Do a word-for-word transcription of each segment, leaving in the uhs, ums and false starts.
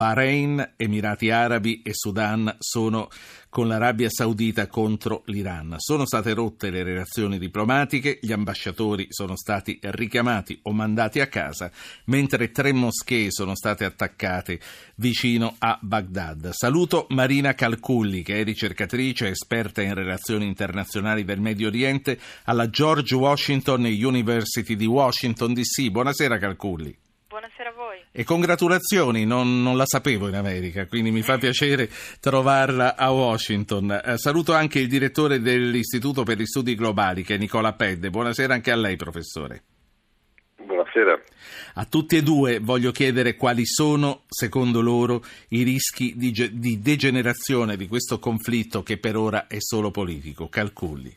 Bahrain, Emirati Arabi e Sudan sono con l'Arabia Saudita contro l'Iran. Sono state rotte le relazioni diplomatiche, gli ambasciatori sono stati richiamati o mandati a casa, mentre tre moschee sono state attaccate vicino a Baghdad. Saluto Marina Calculli, che è ricercatrice e esperta in relazioni internazionali del Medio Oriente alla George Washington University di Washington D C. Buonasera Calculli. Buonasera a voi. E congratulazioni, non, non la sapevo in America, quindi mi fa piacere trovarla a Washington. Eh, saluto anche il direttore dell'Istituto per gli Studi Globali, che è Nicola Pedde. Buonasera anche a lei, professore. Buonasera. A tutti e due voglio chiedere quali sono, secondo loro, i rischi di, di degenerazione di questo conflitto che per ora è solo politico. Calculli.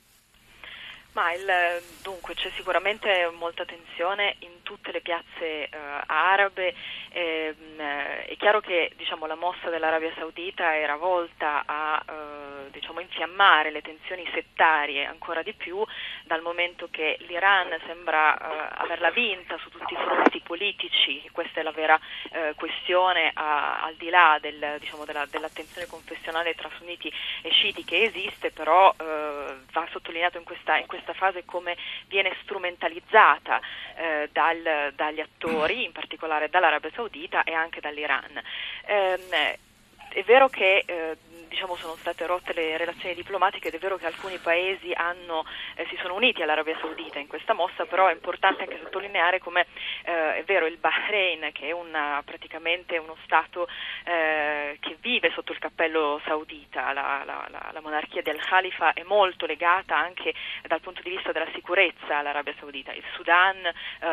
Ma il, dunque c'è sicuramente molta tensione in tutte le piazze eh, arabe. Eh, è chiaro che diciamo, la mossa dell'Arabia Saudita era volta a eh, diciamo, infiammare le tensioni settarie ancora di più, dal momento che l'Iran sembra eh, averla vinta su tutti i fronti politici. Questa è la vera eh, questione, a, al di là del, diciamo, della, della tensione confessionale tra sunniti e sciiti che esiste, però eh, va sottolineato in questa, in questa fase come viene strumentalizzata eh, dal, dagli attori, in particolare dall'Arabia Saudita e anche dall'Iran. Eh, è vero che eh, diciamo sono state rotte le relazioni diplomatiche ed è vero che alcuni paesi hanno, eh, si sono uniti all'Arabia Saudita in questa mossa, però è importante anche sottolineare come eh, è vero il Bahrain, che è una, praticamente uno stato eh, che vive sotto il cappello saudita, la, la, la, la monarchia del Khalifa è molto legata anche dal punto di vista della sicurezza all'Arabia Saudita. Il Sudan eh,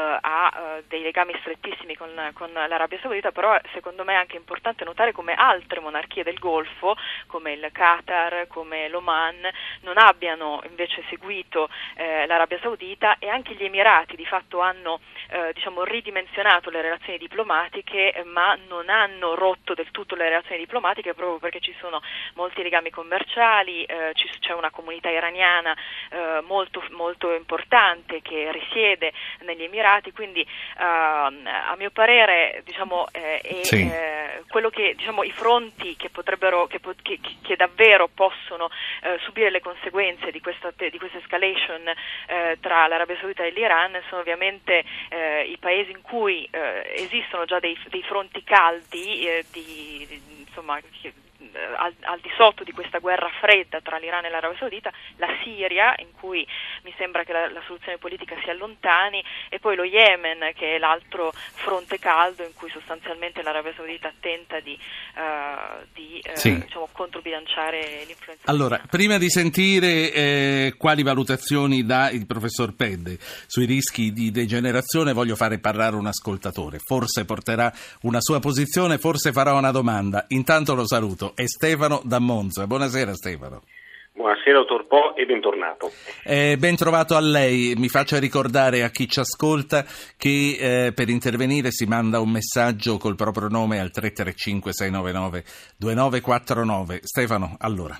ha eh, dei legami strettissimi con, con l'Arabia Saudita, però secondo me è anche importante notare come altre monarchie del Golfo, come il Qatar, come l'Oman, non abbiano invece seguito eh, l'Arabia Saudita, e anche gli Emirati di fatto hanno eh, diciamo ridimensionato le relazioni diplomatiche, eh, ma non hanno rotto del tutto le relazioni diplomatiche, proprio perché ci sono molti legami commerciali, eh, ci, c'è una comunità iraniana eh, molto, molto importante che risiede negli Emirati, quindi eh, a mio parere diciamo eh, è sì. eh, quello che diciamo i fronti che potrebbero che, che che davvero possono eh, subire le conseguenze di questa, di questa escalation eh, tra l'Arabia Saudita e l'Iran sono ovviamente eh, i paesi in cui eh, esistono già dei, dei fronti caldi, eh, di, di, insomma, che, Al, al di sotto di questa guerra fredda tra l'Iran e l'Arabia Saudita, la Siria, in cui mi sembra che la, la soluzione politica si allontani, e poi lo Yemen, che è l'altro fronte caldo in cui sostanzialmente l'Arabia Saudita tenta di, uh, di uh, sì. diciamo, controbilanciare l'influenza. Allora, americana. prima di sentire eh, quali valutazioni dà il professor Pedde sui rischi di degenerazione, voglio fare parlare un ascoltatore. Forse porterà una sua posizione, forse farà una domanda. Intanto lo saluto. È Stefano da Monza. Buonasera Stefano. Buonasera dottor Po e bentornato. Eh, ben trovato a lei. Mi faccia ricordare a chi ci ascolta che eh, per intervenire si manda un messaggio col proprio nome al tre tre cinque sei nove nove due nove quattro nove. Stefano, allora.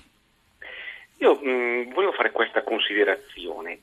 Io mh, volevo fare questa considerazione.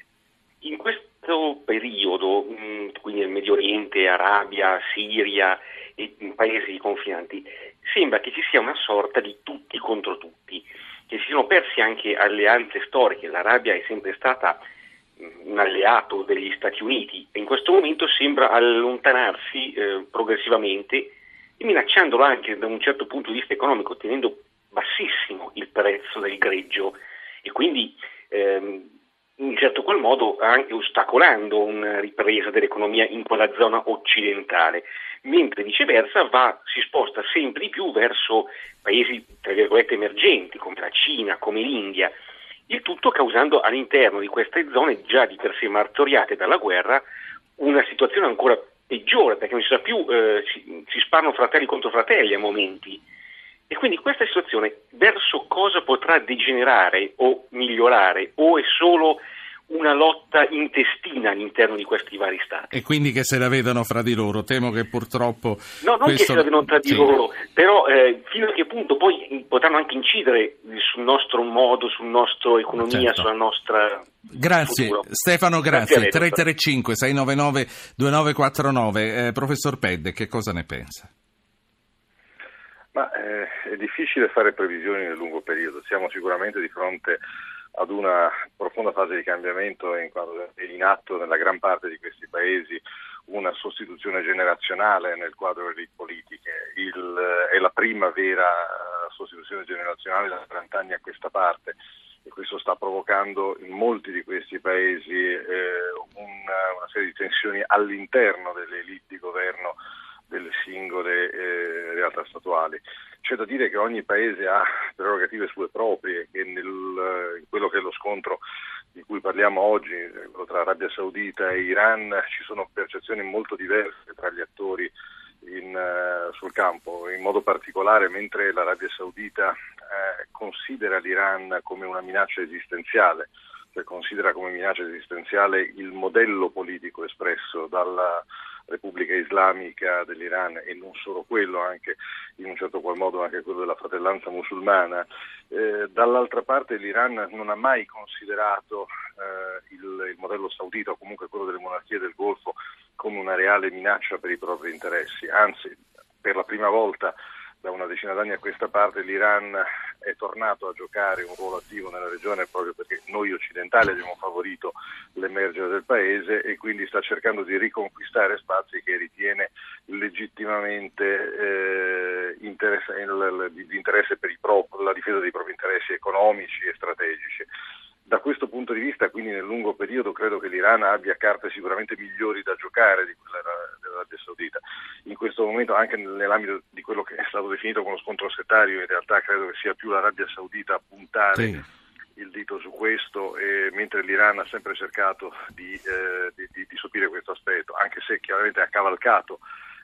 In questo periodo, mh, quindi nel Medio Oriente, Arabia, Siria e paesi confinanti, sembra che ci sia una sorta di tutti contro tutti, che si sono persi anche alleanze storiche. L'Arabia è sempre stata un alleato degli Stati Uniti e in questo momento sembra allontanarsi eh, progressivamente, e minacciandolo anche da un certo punto di vista economico, tenendo bassissimo il prezzo del greggio e quindi ehm, in certo qual modo anche ostacolando una ripresa dell'economia in quella zona occidentale, mentre viceversa va, si sposta sempre di più verso paesi tra virgolette emergenti come la Cina, come l'India, il tutto causando all'interno di queste zone già di per sé martoriate dalla guerra una situazione ancora peggiore, perché non si sa più, eh, si, si sparano fratelli contro fratelli a momenti. E quindi questa situazione verso cosa potrà degenerare o migliorare, o è solo una lotta intestina all'interno di questi vari stati? E quindi che se la vedano fra di loro. Temo che purtroppo no, non questo... che se la vedano tra di sì. loro, però eh, fino a che punto poi potranno anche incidere sul nostro modo, sul nostro economia, certo. sulla nostra grazie futuro. Stefano, grazie, grazie tre tre cinque sei nove nove due nove quattro nove. eh, professor Pedde, che cosa ne pensa? Ma eh, è difficile fare previsioni nel lungo periodo. Siamo sicuramente di fronte ad una profonda fase di cambiamento in quanto è in atto nella gran parte di questi paesi una sostituzione generazionale nel quadro delle elite politiche. Il, è la prima vera sostituzione generazionale da quaranta anni a questa parte, e questo sta provocando in molti di questi paesi eh, una, una serie di tensioni all'interno delle elite di governo delle singole eh, realtà statuali. C'è da dire che ogni paese ha prerogative sue proprie, che nel, in quello che è lo scontro di cui parliamo oggi, quello tra Arabia Saudita e Iran, ci sono percezioni molto diverse tra gli attori in, uh, sul campo. In modo particolare, mentre l'Arabia Saudita uh, considera l'Iran come una minaccia esistenziale, cioè considera come minaccia esistenziale il modello politico espresso dalla Repubblica Islamica dell'Iran, e non solo quello, anche in un certo qual modo anche quello della fratellanza musulmana. Eh, dall'altra parte l'Iran non ha mai considerato eh, il, il modello saudita, o comunque quello delle monarchie del Golfo, come una reale minaccia per i propri interessi. Anzi, per la prima volta da una decina d'anni a questa parte l'Iran è tornato a giocare un ruolo attivo nella regione, proprio perché noi occidentali abbiamo favorito l'emergere del paese, e quindi sta cercando di riconquistare spazi che ritiene legittimamente eh, interesse, di, di interesse per i pro, la difesa dei propri interessi economici e strategici. Da questo punto di vista, quindi nel lungo periodo, credo che l'Iran abbia carte sicuramente migliori da giocare di quella dell'Arabia Saudita. In questo momento, anche nell'ambito di quello che è stato definito come scontro settario, in realtà credo che sia più l'Arabia Saudita a puntare sì. il dito su questo, e mentre l'Iran ha sempre cercato di, eh, di, di, di sopire questo aspetto, anche se chiaramente ha cavalcato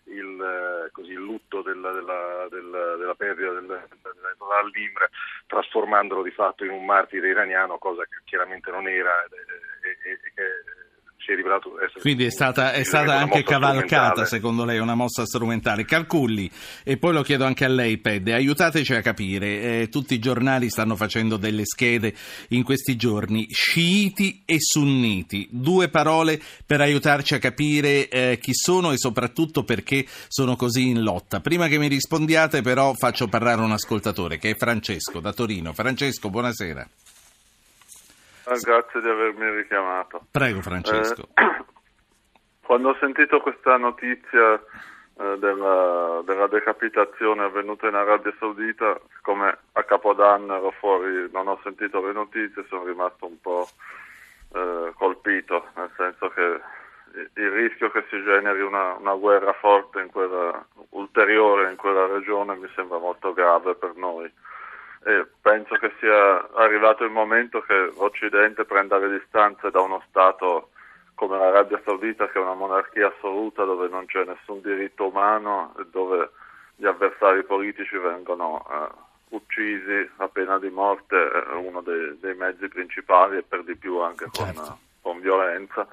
il, così, il lutto della, della, della, della perdita del, dell'Al-Nimr, trasformandolo di fatto in un martire iraniano, cosa che chiaramente non era, e, e, e che si è rivelato essere. Quindi è stata, è stata anche cavalcata, secondo lei, una mossa strumentale. Calculi, e poi lo chiedo anche a lei, Pedde, aiutateci a capire, eh, tutti i giornali stanno facendo delle schede in questi giorni, sciiti e sunniti, due parole per aiutarci a capire eh, chi sono e soprattutto perché sono così in lotta. Prima che mi rispondiate però faccio parlare un ascoltatore, che è Francesco da Torino. Francesco, buonasera. Ah, grazie di avermi richiamato. Prego Francesco. Eh, quando ho sentito questa notizia eh, della, della decapitazione avvenuta in Arabia Saudita, siccome a Capodanno ero fuori, non ho sentito le notizie, sono rimasto un po' eh, colpito, nel senso che il rischio che si generi una, una guerra forte in quella, ulteriore in quella regione mi sembra molto grave per noi. E penso che sia arrivato il momento che l'Occidente prenda le distanze da uno Stato come l'Arabia Saudita, che è una monarchia assoluta dove non c'è nessun diritto umano e dove gli avversari politici vengono eh, uccisi, la pena di morte è uno dei, dei mezzi principali, e per di più anche con, certo. con violenza.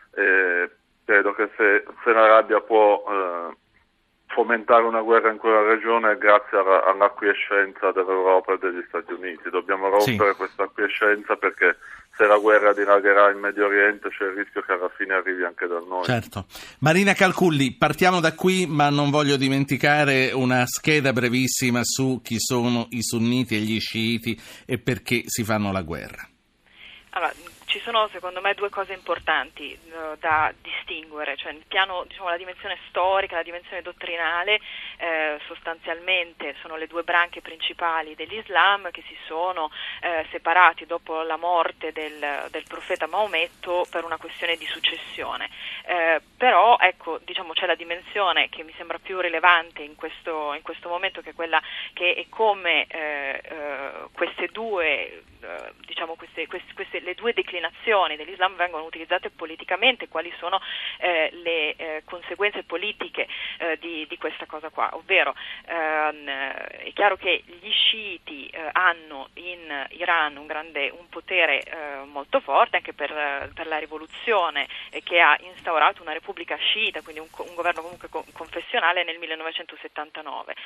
E credo che se, se l'Arabia può eh, fomentare una guerra in quella regione grazie alla, all'acquiescenza dell'Europa e degli Stati Uniti. Dobbiamo rompere sì. questa acquiescenza, perché se la guerra dilagherà in Medio Oriente c'è il rischio che alla fine arrivi anche da noi. Certo. Marina Calculli, partiamo da qui, ma non voglio dimenticare una scheda brevissima su chi sono i sunniti e gli sciiti e perché si fanno la guerra. Allora, ci sono secondo me due cose importanti uh, da distinguere, cioè il piano, diciamo, la dimensione storica, la dimensione dottrinale, eh, sostanzialmente sono le due branche principali dell'Islam che si sono eh, separati dopo la morte del, del profeta Maometto per una questione di successione. Eh, però ecco, diciamo, c'è la dimensione che mi sembra più rilevante in questo, in questo momento, che è quella che è come eh, eh, queste due diciamo queste, queste, queste le due declinazioni dell'Islam vengono utilizzate politicamente, quali sono eh, le eh, conseguenze politiche eh, di, di questa cosa qua, ovvero ehm, è chiaro che gli sciiti eh, hanno in Iran un grande un potere eh, molto forte, anche per, per la rivoluzione eh, che ha instaurato instaurato una repubblica sciita, quindi un, un governo comunque confessionale nel millenovecentosettantanove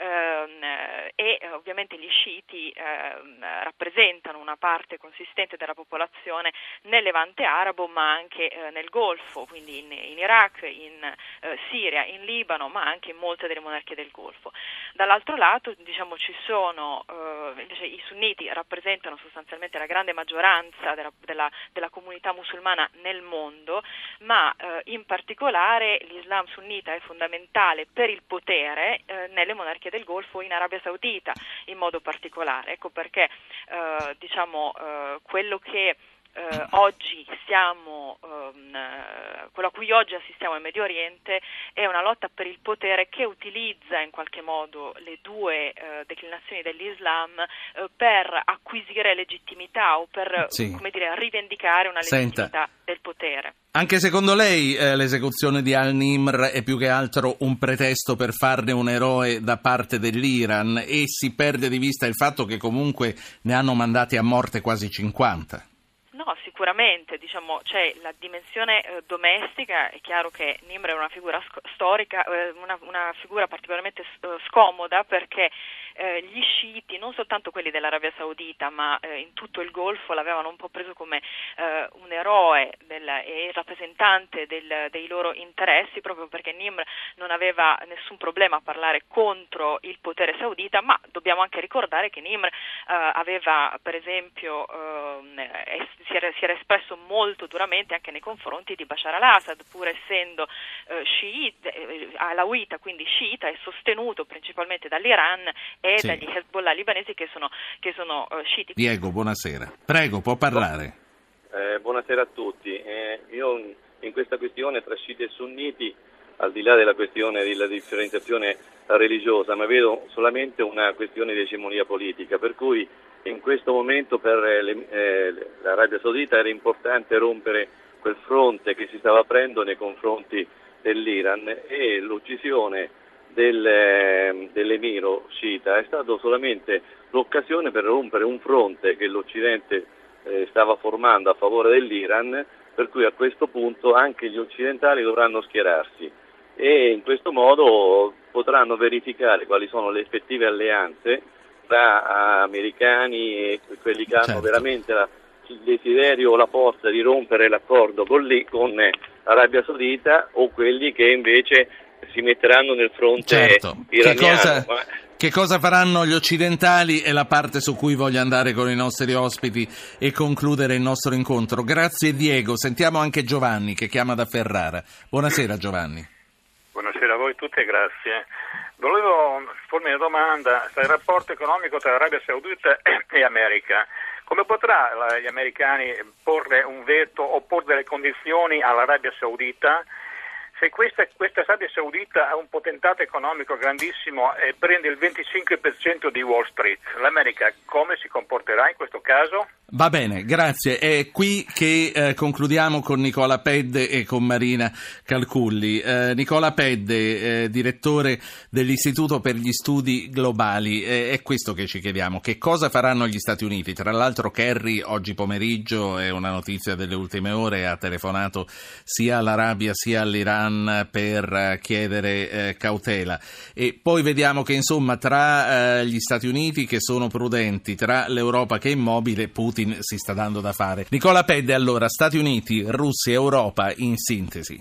eh, e eh, ovviamente gli sciiti eh, rappresentano una parte consistente della popolazione nel Levante arabo, ma anche eh, nel Golfo, quindi in, in Iraq, in eh, Siria, in Libano, ma anche in molte delle monarchie del Golfo. Dall'altro lato, diciamo, ci sono eh, invece i sunniti rappresentano sostanzialmente la grande maggioranza della, della, della comunità musulmana nel mondo, ma eh, in particolare l'Islam sunnita è fondamentale per il potere eh, nelle monarchie del Golfo, in Arabia Saudita in modo particolare. Ecco perché eh, diciamo eh, quello che eh, oggi stiamo ehm, quello a cui oggi assistiamo in Medio Oriente è una lotta per il potere che utilizza in qualche modo le due eh, declinazioni dell'Islam eh, per acquisire legittimità o per sì. come dire, rivendicare una legittimità Senta. del potere. Anche secondo lei eh, l'esecuzione di al-Nimr è più che altro un pretesto per farne un eroe da parte dell'Iran e si perde di vista il fatto che comunque ne hanno mandati a morte quasi cinquanta? No, sicuramente, diciamo, c'è la dimensione eh, domestica. È chiaro che Nimr è una figura sc- storica, eh, una, una figura particolarmente s- scomoda perché eh, gli sciiti, non soltanto quelli dell'Arabia Saudita, ma eh, in tutto il Golfo l'avevano un po' preso come eh, un eroe del, e il rappresentante del, dei loro interessi, proprio perché Nimr non aveva nessun problema a parlare contro il potere saudita, ma dobbiamo anche ricordare che Nimr eh, aveva, per esempio, eh, si era, si era espresso molto duramente anche nei confronti di Bashar al-Assad, pur essendo eh, sciita, eh, alawita, quindi sciita, e sostenuto principalmente dall'Iran e sì. dagli Hezbollah libanesi che sono, che sono uh, sciiti. Diego, buonasera. Prego, può parlare. Eh, buonasera a tutti. Eh, io in questa questione tra sciiti e sunniti, al di là della questione della differenziazione religiosa, ma vedo solamente una questione di egemonia politica, per cui in questo momento per le, eh, l'Arabia Saudita era importante rompere quel fronte che si stava aprendo nei confronti dell'Iran, e l'uccisione del, eh, dell'emiro sciita è stata solamente l'occasione per rompere un fronte che l'Occidente eh, stava formando a favore dell'Iran, per cui a questo punto anche gli occidentali dovranno schierarsi e in questo modo potranno verificare quali sono le effettive alleanze tra americani e quelli che hanno certo. veramente la, il desiderio o la forza di rompere l'accordo con, lì, con l'Arabia Saudita, o quelli che invece si metteranno nel fronte certo. iraniano. Che cosa, Ma... che cosa faranno gli occidentali è la parte su cui voglio andare con i nostri ospiti e concludere il nostro incontro. Grazie Diego. Sentiamo anche Giovanni che chiama da Ferrara. Buonasera Giovanni. Buonasera a voi tutti e grazie. Volevo pormi una domanda sul rapporto economico tra Arabia Saudita e America. Come potrà gli americani porre un veto o porre delle condizioni all'Arabia Saudita se questa, questa Arabia Saudita ha un potentato economico grandissimo e prende il venticinque per cento di Wall Street? L'America come si comporterà in questo caso? Va bene, grazie. È qui che eh, concludiamo con Nicola Pedde e con Marina Calculli. Eh, Nicola Pedde, eh, direttore dell'Istituto per gli Studi Globali, eh, è questo che ci chiediamo. Che cosa faranno gli Stati Uniti? Tra l'altro Kerry oggi pomeriggio, è una notizia delle ultime ore, ha telefonato sia all'Arabia sia all'Iran per chiedere eh, cautela. E poi vediamo che insomma tra eh, gli Stati Uniti che sono prudenti, tra l'Europa che è immobile, Putin si sta dando da fare. Nicola Pedde, allora, Stati Uniti, Russia, Europa, in sintesi.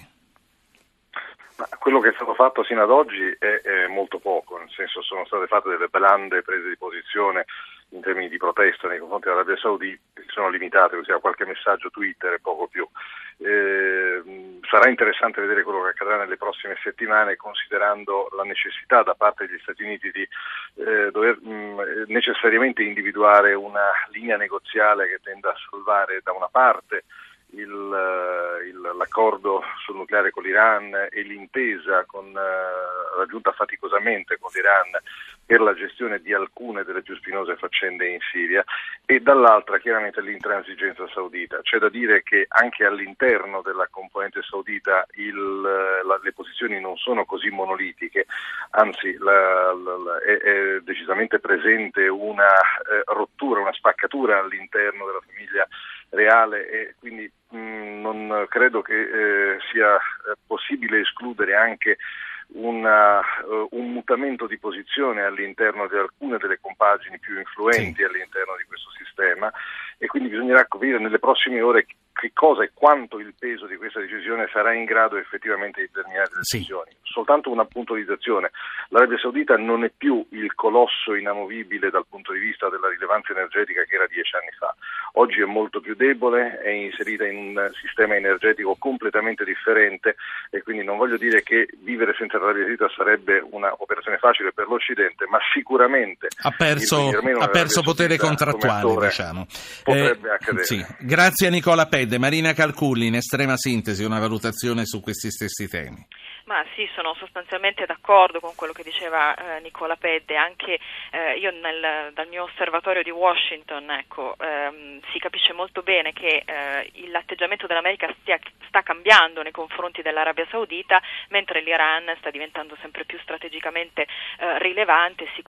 Ma quello che è stato fatto sino ad oggi è, è molto poco, nel senso sono state fatte delle blande prese di posizione in termini di protesta nei confronti dell'Arabia Saudita, che sono limitate, ossia qualche messaggio Twitter e poco più. Eh, sarà interessante vedere quello che accadrà nelle prossime settimane, considerando la necessità da parte degli Stati Uniti di eh, dover mh, necessariamente individuare una linea negoziale che tenda a salvare da una parte il, il, l'accordo sul nucleare con l'Iran e l'intesa con, eh, raggiunta faticosamente con l'Iran per la gestione di alcune delle più spinose faccende in Siria, e dall'altra chiaramente l'intransigenza saudita. C'è da dire che anche all'interno della componente saudita il, la, le posizioni non sono così monolitiche, anzi la, la, la, è, è decisamente presente una eh, rottura, una spaccatura all'interno della famiglia reale, e quindi mh, non credo che eh, sia possibile escludere anche Una, uh, un mutamento di posizione all'interno di alcune delle compagini più influenti sì. all'interno di questo sistema, e quindi bisognerà capire nelle prossime ore che cosa e quanto il peso di questa decisione sarà in grado effettivamente di determinare le sì. decisioni. Soltanto una puntualizzazione: l'Arabia Saudita non è più il colosso inamovibile dal punto di vista della rilevanza energetica che era dieci anni fa. Oggi è molto più debole, è inserita in un sistema energetico completamente differente, e quindi non voglio dire che vivere senza l'Arabia Saudita sarebbe un'operazione facile per l'Occidente, ma sicuramente ha perso, ha perso potere contrattuale, diciamo. Potrebbe eh, accadere. Sì. Grazie a Nicola Pedde. Marina Calculli, in estrema sintesi, una valutazione su questi stessi temi. Ma sì, sono sostanzialmente d'accordo con quello che diceva eh, Nicola Pedde. Anche eh, io nel, dal mio osservatorio di Washington, ecco, ehm, si capisce molto bene che eh, l'atteggiamento dell'America stia, sta cambiando nei confronti dell'Arabia Saudita, mentre l'Iran sta diventando sempre più strategicamente eh, rilevante.